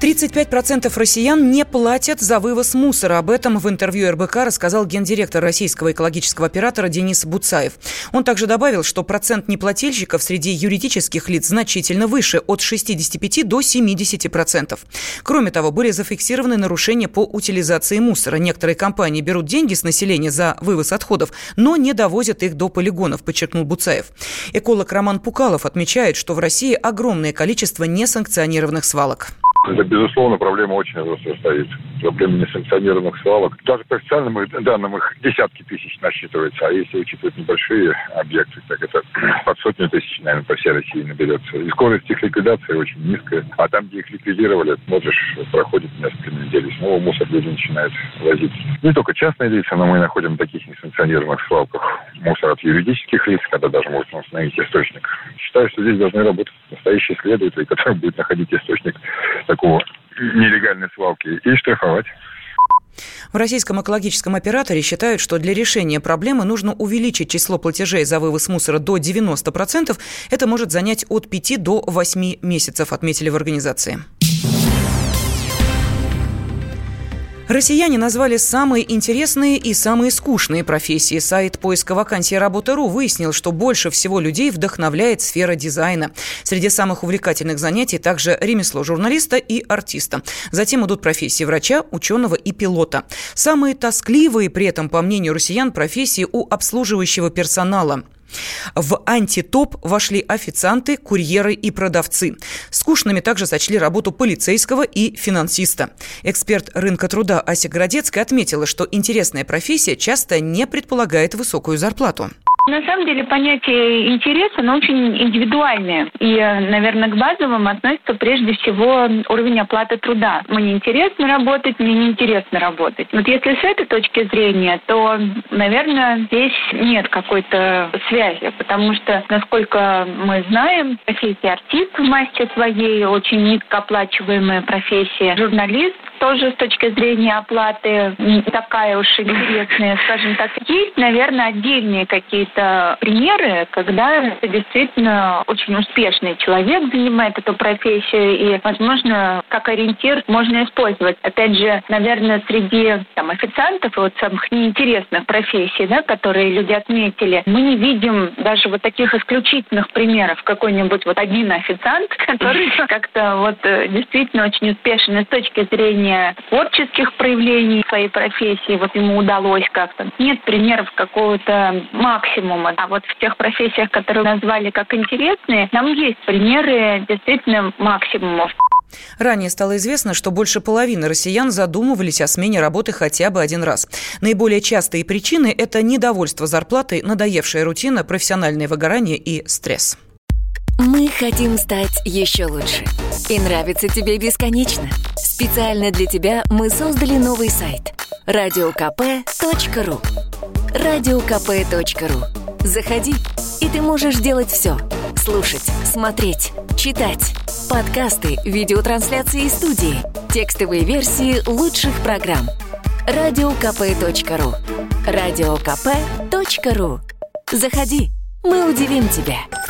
35% россиян не платят за вывоз мусора. Об этом в интервью РБК рассказал гендиректор российского экологического оператора Денис Буцаев. Он также добавил, что процент неплательщиков среди юридических лиц значительно выше, от 65 до 70%. Кроме того, были зафиксированы нарушения по утилизации мусора. Некоторые компании берут деньги с населения за вывоз отходов, но не довозят их до полигонов, подчеркнул Буцаев. Эколог Роман Пукалов отмечает, что в России огромное количество несанкционированных свалок. Это, безусловно, проблема очень остро стоит. Проблема несанкционированных свалок. Даже по официальным данным их десятки тысяч насчитывается. А если учитывать небольшие объекты, так это под сотню тысяч, наверное, по всей России наберется. И скорость их ликвидации очень низкая. А там, где их ликвидировали, смотришь, проходит несколько недель, и снова мусор люди начинают возить. Не только частные лица, но мы находим в таких несанкционированных свалках мусор от юридических лиц, когда даже можно установить источник. Считаю, что здесь должны работать настоящие следователи, которые будут находить источник такого нелегальной свалки и штрафовать. В российском экологическом операторе считают, что для решения проблемы нужно увеличить число платежей за вывоз мусора до 90%. Это может занять от 5 до 8 месяцев, отметили в организации. Россияне назвали самые интересные и самые скучные профессии. Сайт поиска вакансий «Работа.ру» выяснил, что больше всего людей вдохновляет сфера дизайна. Среди самых увлекательных занятий также ремесло журналиста и артиста. Затем идут профессии врача, ученого и пилота. Самые тоскливые при этом, по мнению россиян, профессии у обслуживающего персонала. В антитоп вошли официанты, курьеры и продавцы. Скучными также сочли работу полицейского и финансиста. Эксперт рынка труда Ася Городецкая отметила, что интересная профессия часто не предполагает высокую зарплату. На самом деле понятие интереса, оно очень индивидуальное. И, наверное, к базовым относится прежде всего уровень оплаты труда. Мне интересно работать, мне неинтересно работать. Вот если с этой точки зрения, то, наверное, здесь нет какой-то связи. Потому что, насколько мы знаем, профессия артист в массе своей очень низкооплачиваемая профессия. Журналист тоже с точки зрения оплаты не такая уж интересная, скажем так. Есть, наверное, отдельные какие-то примеры, когда это действительно очень успешный человек занимает эту профессию, и, возможно, как ориентир можно использовать. Опять же, наверное, среди официантов, вот самых неинтересных профессий, которые люди отметили, мы не видим даже вот таких исключительных примеров. Какой-нибудь вот один официант, который как-то действительно очень успешен и с точки зрения творческих проявлений своей профессии, ему удалось как-то. Нет примеров какого-то максимума. А вот в тех профессиях, которые назвали как интересные, там есть примеры действительно максимумов. Ранее стало известно, что больше половины россиян задумывались о смене работы хотя бы один раз. Наиболее частые причины – это недовольство зарплатой, надоевшая рутина, профессиональное выгорание и стресс. Мы хотим стать еще лучше. И нравится тебе бесконечно. Специально для тебя мы создали новый сайт – radiokp.ru. radiokp.ru. Заходи, и ты можешь делать все. Слушать, смотреть, читать. Подкасты, видеотрансляции из студии, текстовые версии лучших программ. radiokp.ru. radiokp.ru. Заходи, мы удивим тебя.